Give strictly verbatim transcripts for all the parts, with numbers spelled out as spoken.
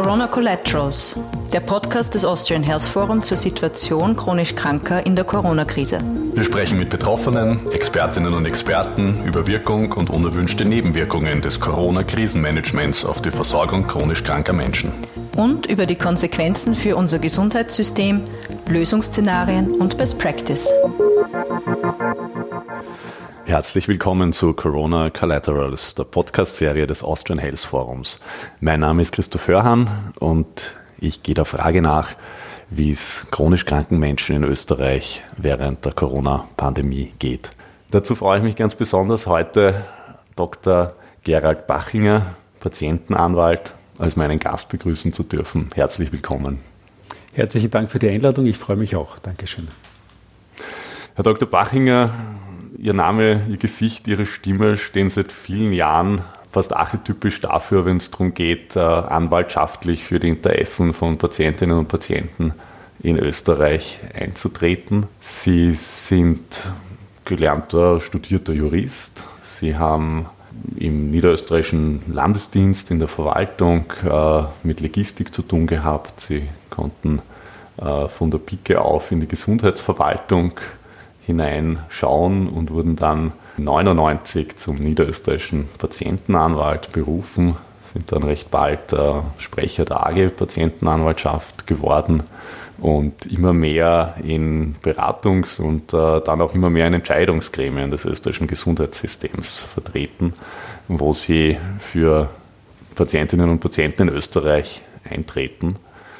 Corona Collaterals, der Podcast des Austrian Health Forum zur Situation chronisch Kranker in der Corona-Krise. Wir sprechen mit Betroffenen, Expertinnen und Experten über Wirkung und unerwünschte Nebenwirkungen des Corona-Krisenmanagements auf die Versorgung chronisch kranker Menschen. Und über die Konsequenzen für unser Gesundheitssystem, Lösungsszenarien und Best Practice. Herzlich willkommen zu Corona Collaterals, der Podcast-Serie des Austrian Health Forums. Mein Name ist Christoph Hörhan und ich gehe der Frage nach, wie es chronisch kranken Menschen in Österreich während der Corona-Pandemie geht. Dazu freue ich mich ganz besonders, heute Doktor Gerald Bachinger, Patientenanwalt, als meinen Gast begrüßen zu dürfen. Herzlich willkommen. Herzlichen Dank für die Einladung, ich freue mich auch. Dankeschön. Herr Doktor Bachinger, Ihr Name, Ihr Gesicht, Ihre Stimme stehen seit vielen Jahren fast archetypisch dafür, wenn es darum geht, anwaltschaftlich für die Interessen von Patientinnen und Patienten in Österreich einzutreten. Sie sind gelernter, studierter Jurist. Sie haben im niederösterreichischen Landesdienst in der Verwaltung äh, mit Logistik zu tun gehabt. Sie konnten äh, von der Pike auf in die Gesundheitsverwaltung hineinschauen und wurden dann neunundneunzig zum niederösterreichischen Patientenanwalt berufen, sind dann recht bald äh, Sprecher der A G Patientenanwaltschaft geworden und immer mehr in Beratungs- und äh, dann auch immer mehr in Entscheidungsgremien des österreichischen Gesundheitssystems vertreten, wo sie für Patientinnen und Patienten in Österreich eintreten.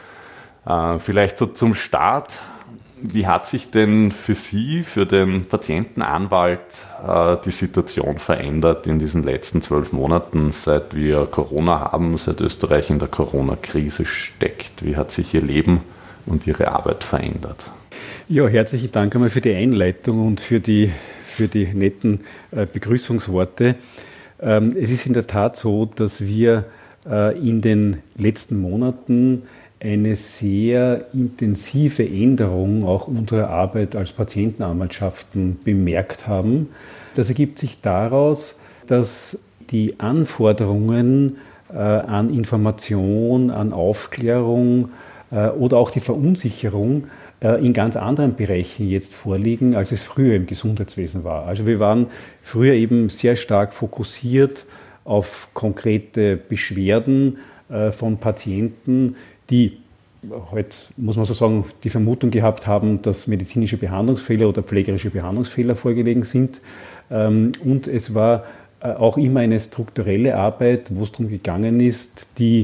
Äh, vielleicht so zum Start. Wie hat sich denn für Sie, für den Patientenanwalt, äh, die Situation verändert in diesen letzten zwölf Monaten, seit wir Corona haben, seit Österreich in der Corona-Krise steckt? Wie hat sich Ihr Leben und Ihre Arbeit verändert? Ja, herzlichen Dank einmal für die Einleitung und für die, für die netten äh, Begrüßungsworte. Ähm, es ist in der Tat so, dass wir äh, in den letzten Monaten eine sehr intensive Änderung auch unserer Arbeit als Patientenanwaltschaften bemerkt haben. Das ergibt sich daraus, dass die Anforderungen äh, an Information, an Aufklärung äh, oder auch die Verunsicherung äh, in ganz anderen Bereichen jetzt vorliegen, als es früher im Gesundheitswesen war. Also wir waren früher eben sehr stark fokussiert auf konkrete Beschwerden äh, von Patienten, die heute, muss man so sagen, die Vermutung gehabt haben, dass medizinische Behandlungsfehler oder pflegerische Behandlungsfehler vorgelegen sind. Und es war auch immer eine strukturelle Arbeit, wo es darum gegangen ist, die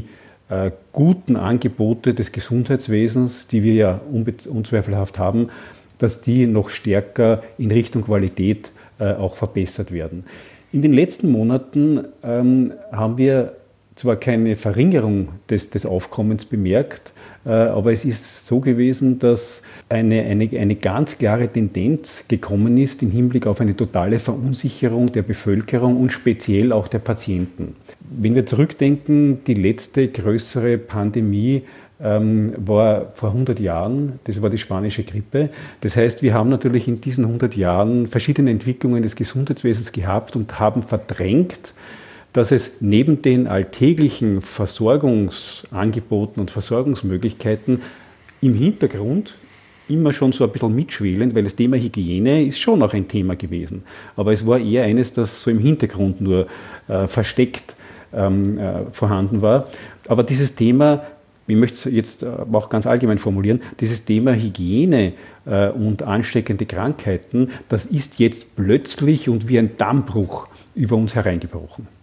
guten Angebote des Gesundheitswesens, die wir ja unzweifelhaft haben, dass die noch stärker in Richtung Qualität auch verbessert werden. In den letzten Monaten haben wir zwar keine Verringerung des, des Aufkommens bemerkt, äh, aber es ist so gewesen, dass eine, eine, eine ganz klare Tendenz gekommen ist im Hinblick auf eine totale Verunsicherung der Bevölkerung und speziell auch der Patienten. Wenn wir zurückdenken, die letzte größere Pandemie ähm, war vor hundert Jahren, das war die spanische Grippe. Das heißt, wir haben natürlich in diesen hundert Jahren verschiedene Entwicklungen des Gesundheitswesens gehabt und haben verdrängt, dass es neben den alltäglichen Versorgungsangeboten und Versorgungsmöglichkeiten im Hintergrund immer schon so ein bisschen mitschwelend, weil das Thema Hygiene ist schon auch ein Thema gewesen. Aber es war eher eines, das so im Hintergrund nur äh, versteckt ähm, äh, vorhanden war. Aber dieses Thema, ich möchte es jetzt auch ganz allgemein formulieren, dieses Thema Hygiene äh, und ansteckende Krankheiten, das ist jetzt plötzlich und wie ein Dammbruch über uns hereingebrochen.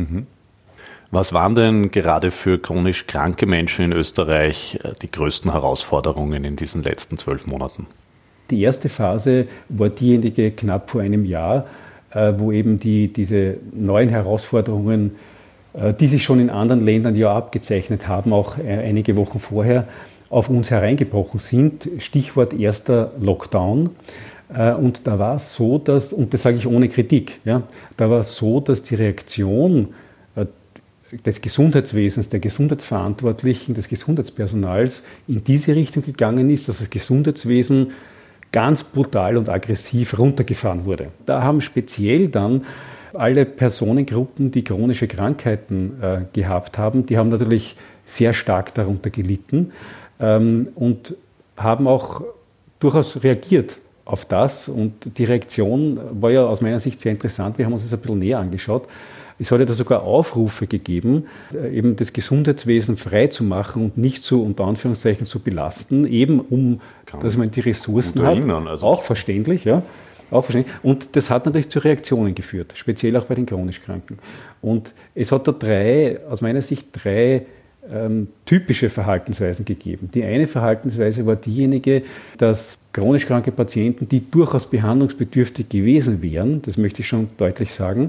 Was waren denn gerade für chronisch kranke Menschen in Österreich die größten Herausforderungen in diesen letzten zwölf Monaten? Die erste Phase war diejenige knapp vor einem Jahr, wo eben die, diese neuen Herausforderungen, die sich schon in anderen Ländern ja abgezeichnet haben, auch einige Wochen vorher, auf uns hereingebrochen sind. Stichwort erster Lockdown. Und da war es so, dass, und das sage ich ohne Kritik, ja, da war es so, dass die Reaktion des Gesundheitswesens, der Gesundheitsverantwortlichen, des Gesundheitspersonals in diese Richtung gegangen ist, dass das Gesundheitswesen ganz brutal und aggressiv runtergefahren wurde. Da haben speziell dann alle Personengruppen, die chronische Krankheiten äh, gehabt haben, die haben natürlich sehr stark darunter gelitten ähm, und haben auch durchaus reagiert auf das. Und die Reaktion war ja aus meiner Sicht sehr interessant. Wir haben uns das ein bisschen näher angeschaut. Es hat ja da sogar Aufrufe gegeben, eben das Gesundheitswesen frei zu machen und nicht so unter Anführungszeichen zu belasten, eben um, Kann dass man die Ressourcen hat. Also auch verständlich, ja. Auch verständlich. Und das hat natürlich zu Reaktionen geführt, speziell auch bei den chronisch Kranken. Und es hat da drei, aus meiner Sicht drei ähm, typische Verhaltensweisen gegeben. Die eine Verhaltensweise war diejenige, dass chronisch kranke Patienten, die durchaus behandlungsbedürftig gewesen wären, das möchte ich schon deutlich sagen,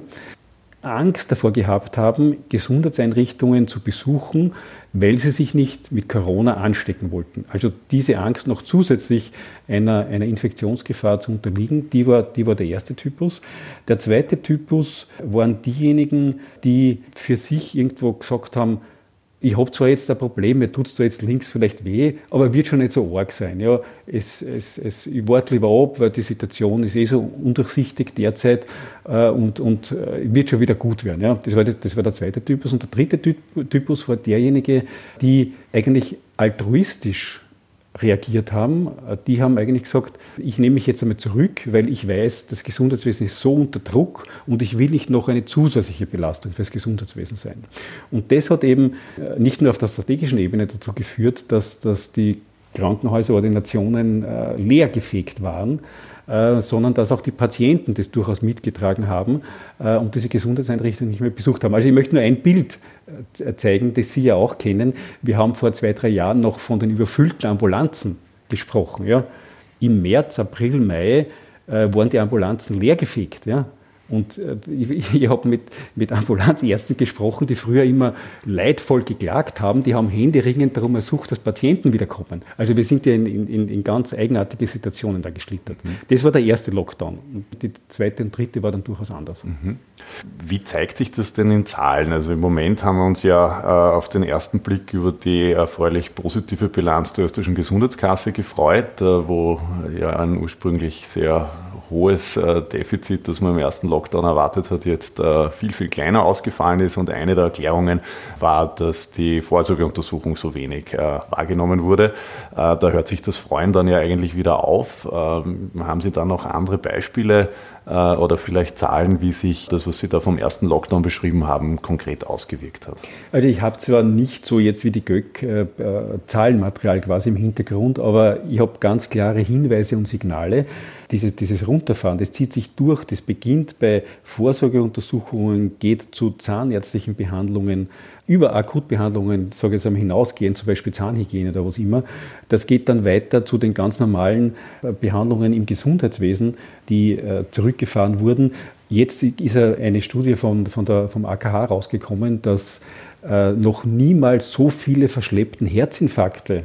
Angst davor gehabt haben, Gesundheitseinrichtungen zu besuchen, weil sie sich nicht mit Corona anstecken wollten. Also diese Angst noch zusätzlich einer, einer Infektionsgefahr zu unterliegen, die war, die war der erste Typus. Der zweite Typus waren diejenigen, die für sich irgendwo gesagt haben, ich habe zwar jetzt ein Problem, mir tut es zwar jetzt links vielleicht weh, aber wird schon nicht so arg sein. Ja, es, es, es, ich warte lieber ab, weil die Situation ist eh so undurchsichtig derzeit äh, und, und äh, wird schon wieder gut werden. Ja, das war, das war der zweite Typus. Und der dritte Typus war derjenige, die eigentlich altruistisch reagiert haben. Die haben eigentlich gesagt, ich nehme mich jetzt einmal zurück, weil ich weiß, das Gesundheitswesen ist so unter Druck und ich will nicht noch eine zusätzliche Belastung für das Gesundheitswesen sein. Und das hat eben nicht nur auf der strategischen Ebene dazu geführt, dass, dass die Krankenhäuserordinationen äh, leergefegt waren, äh, sondern dass auch die Patienten das durchaus mitgetragen haben äh, und diese Gesundheitseinrichtungen nicht mehr besucht haben. Also ich möchte nur ein Bild äh, zeigen, das Sie ja auch kennen. Wir haben vor zwei, drei Jahren noch von den überfüllten Ambulanzen gesprochen. Ja. Im März, April, Mai äh, waren die Ambulanzen leergefegt. Ja. Und äh, ich, ich habe mit, mit Ambulanzärzten gesprochen, die früher immer leidvoll geklagt haben. Die haben händeringend darum ersucht, dass Patienten wiederkommen. Also wir sind ja in, in, in ganz eigenartige Situationen da geschlittert. Mhm. Das war der erste Lockdown. Und die zweite und dritte war dann durchaus anders. Mhm. Wie zeigt sich das denn in Zahlen? Also im Moment haben wir uns ja äh, auf den ersten Blick über die erfreulich positive Bilanz der österreichischen Gesundheitskasse gefreut, äh, wo ja ein ursprünglich sehr hohes äh, Defizit, das man im ersten Lockdown erwartet hat, jetzt äh, viel, viel kleiner ausgefallen ist. Und eine der Erklärungen war, dass die Vorsorgeuntersuchung so wenig äh, wahrgenommen wurde. Äh, da hört sich das Freuen dann ja eigentlich wieder auf. Ähm, haben Sie da noch andere Beispiele äh, oder vielleicht Zahlen, wie sich das, was Sie da vom ersten Lockdown beschrieben haben, konkret ausgewirkt hat? Also ich habe zwar nicht so jetzt wie die Göck äh, Zahlenmaterial quasi im Hintergrund, aber ich habe ganz klare Hinweise und Signale. Dieses, dieses Runterfahren, das zieht sich durch, das beginnt bei Vorsorgeuntersuchungen, geht zu zahnärztlichen Behandlungen, über Akutbehandlungen, sage ich jetzt einmal, hinausgehen, zum Beispiel Zahnhygiene oder was immer. Das geht dann weiter zu den ganz normalen Behandlungen im Gesundheitswesen, die äh, zurückgefahren wurden. Jetzt ist eine Studie von, von der, vom A K H rausgekommen, dass äh, noch niemals so viele verschleppten Herzinfarkte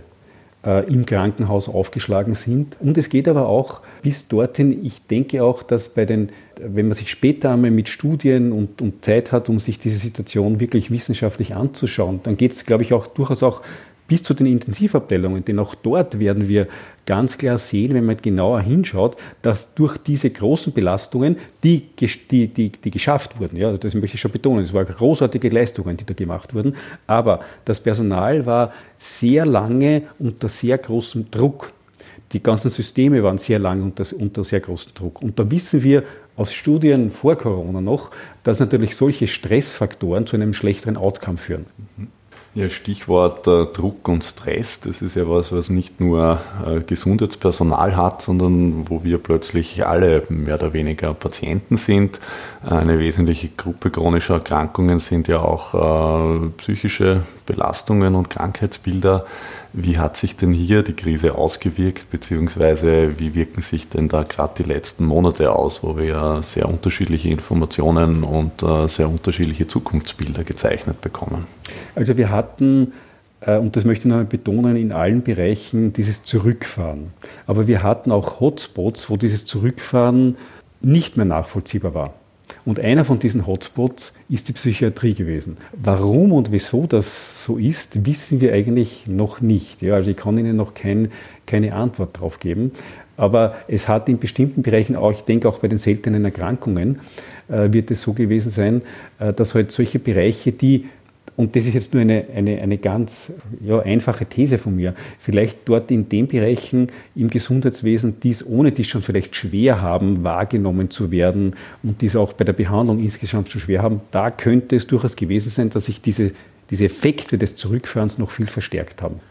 im Krankenhaus aufgeschlagen sind. Und es geht aber auch bis dorthin, ich denke auch, dass bei den, wenn man sich später einmal mit Studien und, und Zeit hat, um sich diese Situation wirklich wissenschaftlich anzuschauen, dann geht es, glaube ich, auch durchaus auch bis zu den Intensivabteilungen, denn auch dort werden wir ganz klar sehen, wenn man genauer hinschaut, dass durch diese großen Belastungen, die, die, die, die geschafft wurden, ja, das möchte ich schon betonen, es waren großartige Leistungen, die da gemacht wurden, aber das Personal war sehr lange unter sehr großem Druck. Die ganzen Systeme waren sehr lange unter, unter sehr großem Druck. Und da wissen wir aus Studien vor Corona noch, dass natürlich solche Stressfaktoren zu einem schlechteren Outcome führen. Ja, Stichwort äh, Druck und Stress, das ist ja was, was nicht nur äh, Gesundheitspersonal hat, sondern wo wir plötzlich alle mehr oder weniger Patienten sind. Eine wesentliche Gruppe chronischer Erkrankungen sind ja auch äh, psychische Belastungen und Krankheitsbilder. Wie hat sich denn hier die Krise ausgewirkt, beziehungsweise wie wirken sich denn da gerade die letzten Monate aus, wo wir ja sehr unterschiedliche Informationen und äh, sehr unterschiedliche Zukunftsbilder gezeichnet bekommen? Also wir hatten, äh, und das möchte ich noch einmal betonen, in allen Bereichen dieses Zurückfahren. Aber wir hatten auch Hotspots, wo dieses Zurückfahren nicht mehr nachvollziehbar war. Und einer von diesen Hotspots ist die Psychiatrie gewesen. Warum und wieso das so ist, wissen wir eigentlich noch nicht. Ja, also ich kann Ihnen noch kein, keine Antwort darauf geben. Aber es hat in bestimmten Bereichen auch, ich denke auch bei den seltenen Erkrankungen, äh, wird es so gewesen sein, äh, dass halt solche Bereiche, die, und das ist jetzt nur eine, eine, eine ganz ja, einfache These von mir, vielleicht dort in den Bereichen im Gesundheitswesen, die es ohne dies schon vielleicht schwer haben, wahrgenommen zu werden und die es auch bei der Behandlung insgesamt schon schwer haben, da könnte es durchaus gewesen sein, dass sich diese, diese Effekte des Zurückfahrens noch viel verstärkt haben.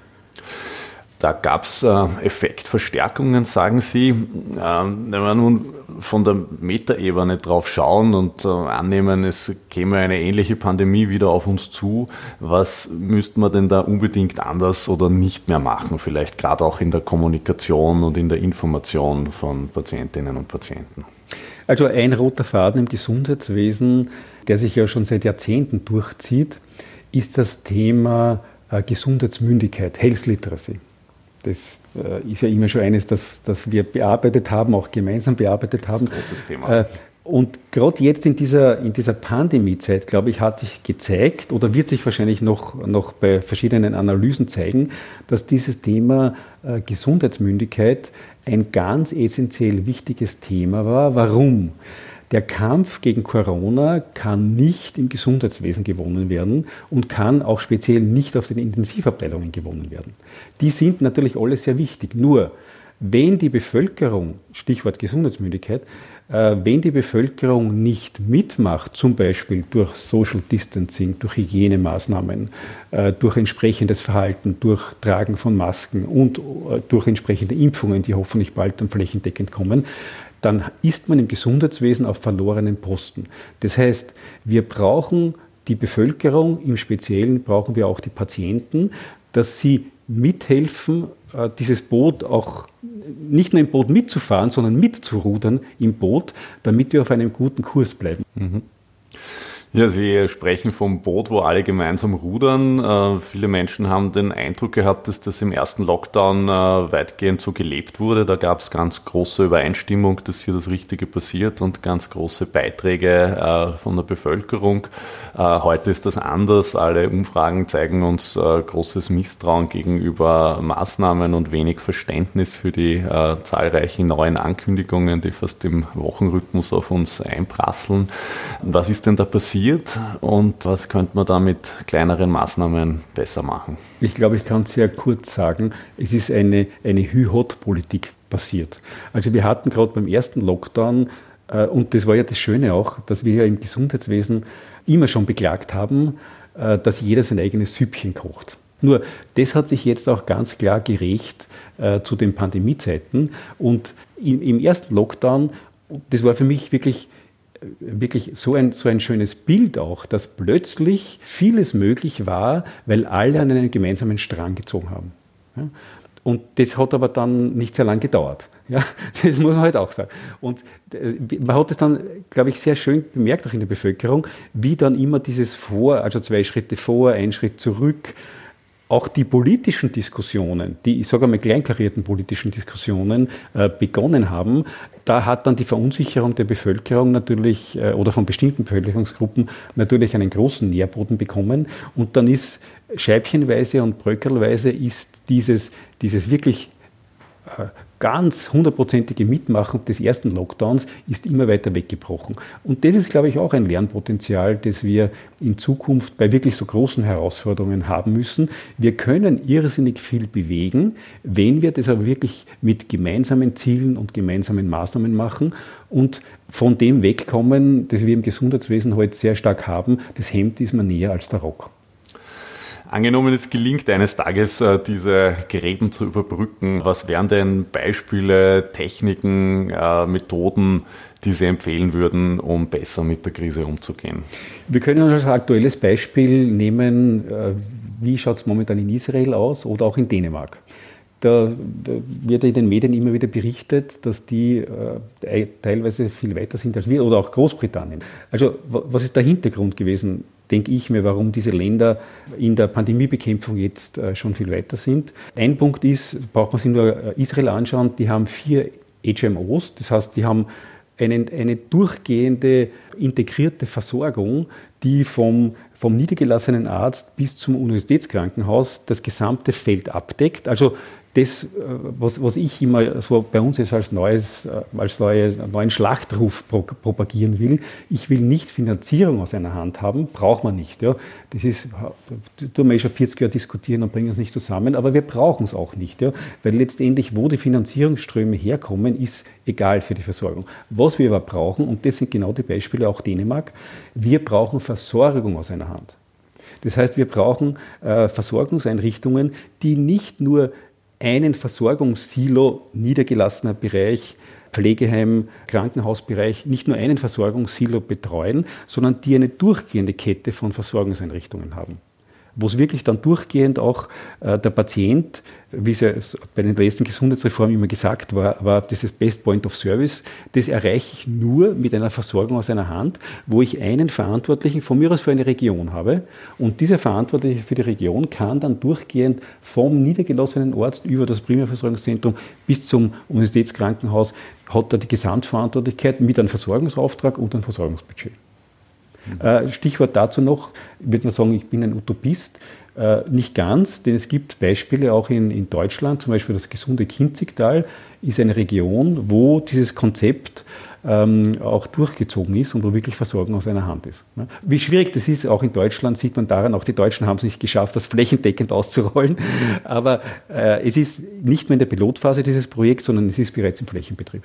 Da gab es äh, Effektverstärkungen, sagen Sie. Ähm, wenn wir nun von der Metaebene drauf schauen und äh, annehmen, es käme eine ähnliche Pandemie wieder auf uns zu, was müsste man denn da unbedingt anders oder nicht mehr machen? Vielleicht gerade auch in der Kommunikation und in der Information von Patientinnen und Patienten. Also ein roter Faden im Gesundheitswesen, der sich ja schon seit Jahrzehnten durchzieht, ist das Thema äh, Gesundheitsmündigkeit, Health Literacy. Das äh, ist ja immer schon eines, das, das wir bearbeitet haben, auch gemeinsam bearbeitet haben. Das ist ein großes Thema. Äh, und gerade jetzt in dieser, in dieser Pandemiezeit, glaube ich, hat sich gezeigt oder wird sich wahrscheinlich noch, noch bei verschiedenen Analysen zeigen, dass dieses Thema äh, Gesundheitsmündigkeit ein ganz essentiell wichtiges Thema war. Warum? Der Kampf gegen Corona kann nicht im Gesundheitswesen gewonnen werden und kann auch speziell nicht auf den Intensivabteilungen gewonnen werden. Die sind natürlich alle sehr wichtig. Nur, wenn die Bevölkerung, Stichwort Gesundheitsmündigkeit, äh, wenn die Bevölkerung nicht mitmacht, zum Beispiel durch Social Distancing, durch Hygienemaßnahmen, äh, durch entsprechendes Verhalten, durch Tragen von Masken und äh, durch entsprechende Impfungen, die hoffentlich bald dann flächendeckend kommen, dann ist man im Gesundheitswesen auf verlorenen Posten. Das heißt, wir brauchen die Bevölkerung, im Speziellen brauchen wir auch die Patienten, dass sie mithelfen, dieses Boot auch nicht nur im Boot mitzufahren, sondern mitzurudern im Boot, damit wir auf einem guten Kurs bleiben. Mhm. Ja, Sie sprechen vom Boot, wo alle gemeinsam rudern. Äh, viele Menschen haben den Eindruck gehabt, dass das im ersten Lockdown äh, weitgehend so gelebt wurde. Da gab es ganz große Übereinstimmung, dass hier das Richtige passiert und ganz große Beiträge äh, von der Bevölkerung. Äh, heute ist das anders. Alle Umfragen zeigen uns äh, großes Misstrauen gegenüber Maßnahmen und wenig Verständnis für die äh, zahlreichen neuen Ankündigungen, die fast im Wochenrhythmus auf uns einprasseln. Was ist denn da passiert? Und was könnte man da mit kleineren Maßnahmen besser machen? Ich glaube, ich kann es sehr kurz sagen, es ist eine, eine Hü-Hot-Politik passiert. Also wir hatten gerade beim ersten Lockdown, äh, und das war ja das Schöne auch, dass wir ja im Gesundheitswesen immer schon beklagt haben, äh, dass jeder sein eigenes Süppchen kocht. Nur, das hat sich jetzt auch ganz klar gerecht äh, zu den Pandemiezeiten. Und im, im ersten Lockdown, das war für mich wirklich wirklich so ein, so ein schönes Bild auch, dass plötzlich vieles möglich war, weil alle an einen gemeinsamen Strang gezogen haben. Ja? Und das hat aber dann nicht sehr lange gedauert. Ja? Das muss man halt auch sagen. Und man hat es dann, glaube ich, sehr schön bemerkt, auch in der Bevölkerung, wie dann immer dieses Vor, also zwei Schritte vor, ein Schritt zurück, auch die politischen Diskussionen, die, ich sage einmal, kleinkarierten politischen Diskussionen äh, begonnen haben, da hat dann die Verunsicherung der Bevölkerung natürlich äh, oder von bestimmten Bevölkerungsgruppen natürlich einen großen Nährboden bekommen. Und dann ist scheibchenweise und bröckelweise ist dieses, dieses wirklich äh, ganz hundertprozentige Mitmachen des ersten Lockdowns ist immer weiter weggebrochen. Und das ist, glaube ich, auch ein Lernpotenzial, das wir in Zukunft bei wirklich so großen Herausforderungen haben müssen. Wir können irrsinnig viel bewegen, wenn wir das aber wirklich mit gemeinsamen Zielen und gemeinsamen Maßnahmen machen und von dem wegkommen, das wir im Gesundheitswesen heute sehr stark haben. Das Hemd ist mir näher als der Rock. Angenommen, es gelingt eines Tages, diese Gräben zu überbrücken. Was wären denn Beispiele, Techniken, Methoden, die Sie empfehlen würden, um besser mit der Krise umzugehen? Wir können als aktuelles Beispiel nehmen, wie schaut es momentan in Israel aus oder auch in Dänemark. Da wird in den Medien immer wieder berichtet, dass die äh, teilweise viel weiter sind als wir oder auch Großbritannien. Also was ist der Hintergrund gewesen, denke ich mir, warum diese Länder in der Pandemiebekämpfung jetzt äh, schon viel weiter sind? Ein Punkt ist, braucht man sich nur Israel anschauen, die haben vier H M Os, das heißt, die haben eine, eine durchgehende, integrierte Versorgung, die vom, vom niedergelassenen Arzt bis zum Universitätskrankenhaus das gesamte Feld abdeckt. Also das, was, was ich immer so bei uns jetzt als, neues, als neue, neuen Schlachtruf pro, propagieren will, ich will nicht Finanzierung aus einer Hand haben, braucht man nicht. Ja. Das ist, da tun wir eh schon vierzig Jahre diskutieren und bringen es nicht zusammen, aber wir brauchen es auch nicht. Ja. Weil letztendlich, wo die Finanzierungsströme herkommen, ist egal für die Versorgung. Was wir aber brauchen, und das sind genau die Beispiele auch Dänemark, wir brauchen Versorgung aus einer Hand. Das heißt, wir brauchen äh, Versorgungseinrichtungen, die nicht nur einen Versorgungssilo, niedergelassener Bereich, Pflegeheim, Krankenhausbereich, nicht nur einen Versorgungssilo betreuen, sondern die eine durchgehende Kette von Versorgungseinrichtungen haben. Wo es wirklich dann durchgehend auch äh, der Patient, wie es ja bei den letzten Gesundheitsreformen immer gesagt war, war dieses Best Point of Service, das erreiche ich nur mit einer Versorgung aus einer Hand, wo ich einen Verantwortlichen von mir aus für eine Region habe und dieser Verantwortliche für die Region kann dann durchgehend vom niedergelassenen Arzt über das Primärversorgungszentrum bis zum Universitätskrankenhaus hat er die Gesamtverantwortlichkeit mit einem Versorgungsauftrag und einem Versorgungsbudget. Stichwort dazu noch, würde man sagen, ich bin ein Utopist. Nicht ganz, denn es gibt Beispiele auch in, in Deutschland, zum Beispiel das gesunde Kinzigtal ist eine Region, wo dieses Konzept ähm, auch durchgezogen ist und wo wirklich Versorgung aus einer Hand ist. Wie schwierig das ist, auch in Deutschland sieht man daran, auch die Deutschen haben es nicht geschafft, das flächendeckend auszurollen, aber äh, es ist nicht mehr in der Pilotphase dieses Projekts, sondern es ist bereits im Flächenbetrieb.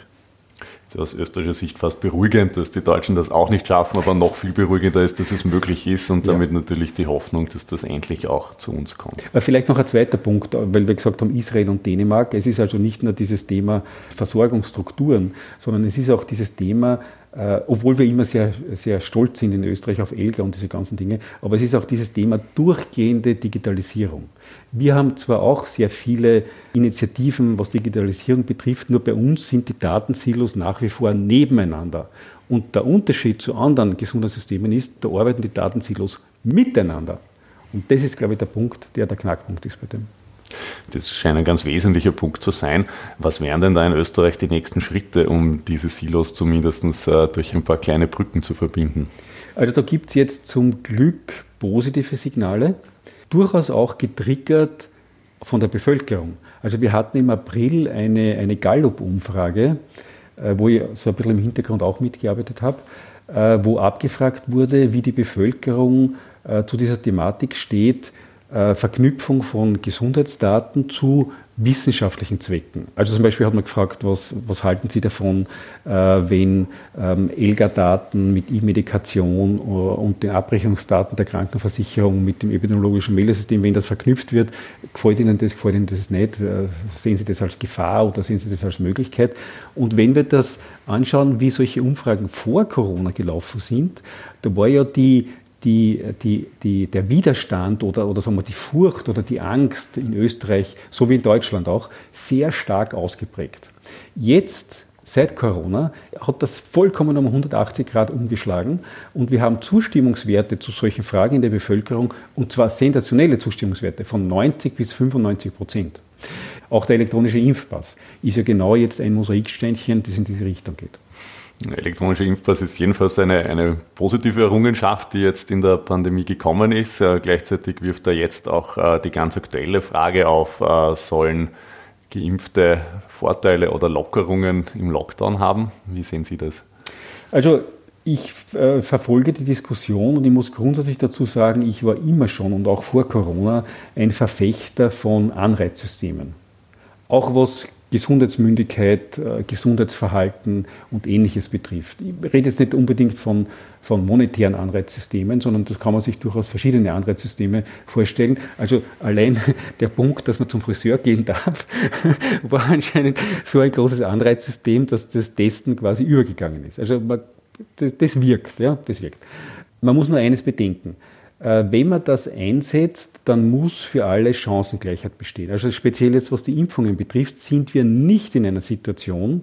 Aus österreichischer Sicht fast beruhigend, dass die Deutschen das auch nicht schaffen, aber noch viel beruhigender ist, dass es möglich ist und damit ja. natürlich die Hoffnung, dass das endlich auch zu uns kommt. Vielleicht noch ein zweiter Punkt, weil wir gesagt haben, Israel und Dänemark. Es ist also nicht nur dieses Thema Versorgungsstrukturen, sondern es ist auch dieses Thema, äh, obwohl wir immer sehr, sehr stolz sind in Österreich auf ELGA und diese ganzen Dinge, aber es ist auch dieses Thema durchgehende Digitalisierung. Wir haben zwar auch sehr viele Initiativen, was Digitalisierung betrifft, nur bei uns sind die Datensilos nach wie vor nebeneinander. Und der Unterschied zu anderen Gesundheitssystemen ist, da arbeiten die Datensilos miteinander. Und das ist, glaube ich, der Punkt, der der Knackpunkt ist bei dem. Das scheint ein ganz wesentlicher Punkt zu sein. Was wären denn da in Österreich die nächsten Schritte, um diese Silos zumindest äh, durch ein paar kleine Brücken zu verbinden? Also da gibt es jetzt zum Glück positive Signale, durchaus auch getriggert von der Bevölkerung. Also wir hatten im April eine, eine Gallup-Umfrage, äh, wo ich so ein bisschen im Hintergrund auch mitgearbeitet habe, äh, wo abgefragt wurde, wie die Bevölkerung äh, zu dieser Thematik steht, äh, Verknüpfung von Gesundheitsdaten zu wissenschaftlichen Zwecken. Also zum Beispiel hat man gefragt, was, was halten Sie davon, äh, wenn ähm, ELGA-Daten mit E-Medikation und den Abrechnungsdaten der Krankenversicherung mit dem epidemiologischen Meldesystem, wenn das verknüpft wird, gefällt Ihnen das, gefällt Ihnen das nicht? Sehen Sie das als Gefahr oder sehen Sie das als Möglichkeit? Und wenn wir das anschauen, wie solche Umfragen vor Corona gelaufen sind, da war ja die Die, die, die, der Widerstand oder, oder sagen wir, die Furcht oder die Angst in Österreich, so wie in Deutschland auch, sehr stark ausgeprägt. Jetzt, seit Corona, hat das vollkommen um hundertachtzig Grad umgeschlagen und wir haben Zustimmungswerte zu solchen Fragen in der Bevölkerung, und zwar sensationelle Zustimmungswerte von neunzig bis fünfundneunzig Prozent. Auch der elektronische Impfpass ist ja genau jetzt ein Mosaiksteinchen, das in diese Richtung geht. Der elektronische Impfpass ist jedenfalls eine, eine positive Errungenschaft, die jetzt in der Pandemie gekommen ist. Äh, gleichzeitig wirft er jetzt auch äh, die ganz aktuelle Frage auf, äh, sollen Geimpfte Vorteile oder Lockerungen im Lockdown haben? Wie sehen Sie das? Also ich äh, verfolge die Diskussion und ich muss grundsätzlich dazu sagen, ich war immer schon und auch vor Corona ein Verfechter von Anreizsystemen. Auch was Gesundheitsmündigkeit, Gesundheitsverhalten und Ähnliches betrifft. Ich rede jetzt nicht unbedingt von, von monetären Anreizsystemen, sondern das kann man sich durchaus verschiedene Anreizsysteme vorstellen. Also allein der Punkt, dass man zum Friseur gehen darf, war anscheinend so ein großes Anreizsystem, dass das Testen quasi übergegangen ist. Also man, das, das wirkt, ja, das wirkt. Man muss nur eines bedenken. Wenn man das einsetzt, dann muss für alle Chancengleichheit bestehen. Also speziell jetzt, was die Impfungen betrifft, sind wir nicht in einer Situation,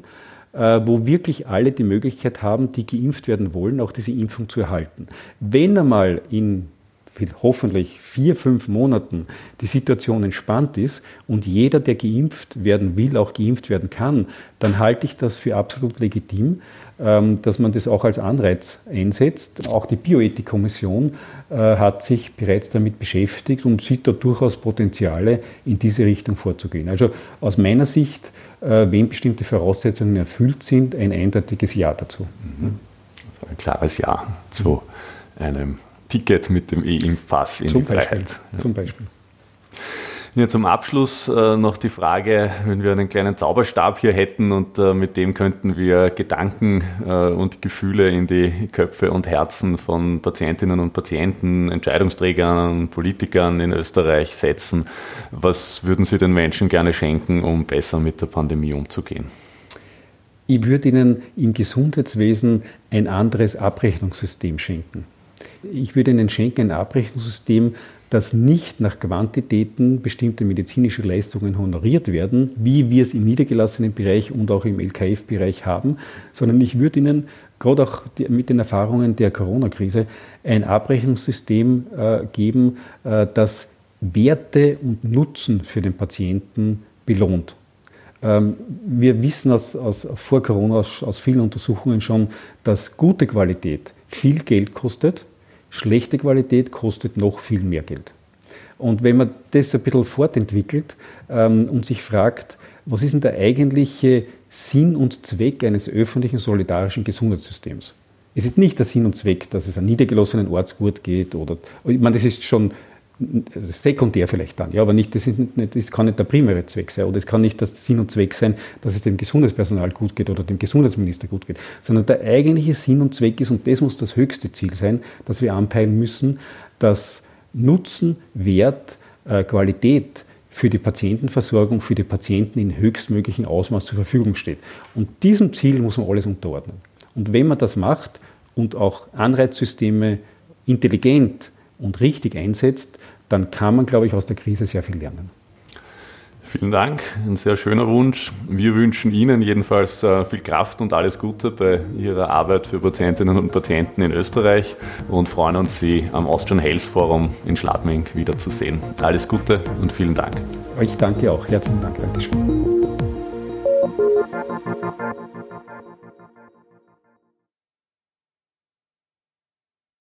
wo wirklich alle die Möglichkeit haben, die geimpft werden wollen, auch diese Impfung zu erhalten. Wenn einmal in hoffentlich vier, fünf Monaten die Situation entspannt ist und jeder, der geimpft werden will, auch geimpft werden kann, dann halte ich das für absolut legitim, dass man das auch als Anreiz einsetzt. Auch die Bioethikkommission hat sich bereits damit beschäftigt und sieht da durchaus Potenziale, in diese Richtung vorzugehen. Also aus meiner Sicht, wenn bestimmte Voraussetzungen erfüllt sind, ein eindeutiges Ja dazu. Mhm. Also ein klares Ja zu einem Ticket mit dem E-Impfpass in zum die Freiheit. Beispiel, ja. Zum Beispiel. Ja, zum Abschluss äh, noch die Frage, wenn wir einen kleinen Zauberstab hier hätten und äh, mit dem könnten wir Gedanken äh, und Gefühle in die Köpfe und Herzen von Patientinnen und Patienten, Entscheidungsträgern, Politikern in Österreich setzen. Was würden Sie den Menschen gerne schenken, um besser mit der Pandemie umzugehen? Ich würde ihnen im Gesundheitswesen ein anderes Abrechnungssystem schenken. Ich würde ihnen schenken ein Abrechnungssystem, das nicht nach Quantitäten bestimmte medizinische Leistungen honoriert werden, wie wir es im niedergelassenen Bereich und auch im L K F-Bereich haben, sondern ich würde ihnen, gerade auch die, mit den Erfahrungen der Corona-Krise, ein Abrechnungssystem äh, geben, äh, das Werte und Nutzen für den Patienten belohnt. Ähm, wir wissen aus, aus, vor Corona aus, aus vielen Untersuchungen schon, dass gute Qualität viel Geld kostet. Schlechte Qualität kostet noch viel mehr Geld. Und wenn man das ein bisschen fortentwickelt ähm, und sich fragt, was ist denn der eigentliche Sinn und Zweck eines öffentlichen solidarischen Gesundheitssystems? Es ist nicht der Sinn und Zweck, dass es einem niedergelassenen Arzt gut geht oder, ich meine, das ist schon sekundär vielleicht dann, ja, aber nicht, das, ist nicht, das kann nicht der primäre Zweck sein oder es kann nicht der Sinn und Zweck sein, dass es dem Gesundheitspersonal gut geht oder dem Gesundheitsminister gut geht, sondern der eigentliche Sinn und Zweck ist, und das muss das höchste Ziel sein, dass wir anpeilen müssen, dass Nutzen, Wert, äh, Qualität für die Patientenversorgung, für die Patienten in höchstmöglichen Ausmaß zur Verfügung steht. Und diesem Ziel muss man alles unterordnen. Und wenn man das macht und auch Anreizsysteme intelligent und richtig einsetzt, dann kann man, glaube ich, aus der Krise sehr viel lernen. Vielen Dank, ein sehr schöner Wunsch. Wir wünschen Ihnen jedenfalls viel Kraft und alles Gute bei Ihrer Arbeit für Patientinnen und Patienten in Österreich und freuen uns, Sie am Austrian Health Forum in Schladming wiederzusehen. Alles Gute und vielen Dank. Ich danke auch. Herzlichen Dank. Dankeschön.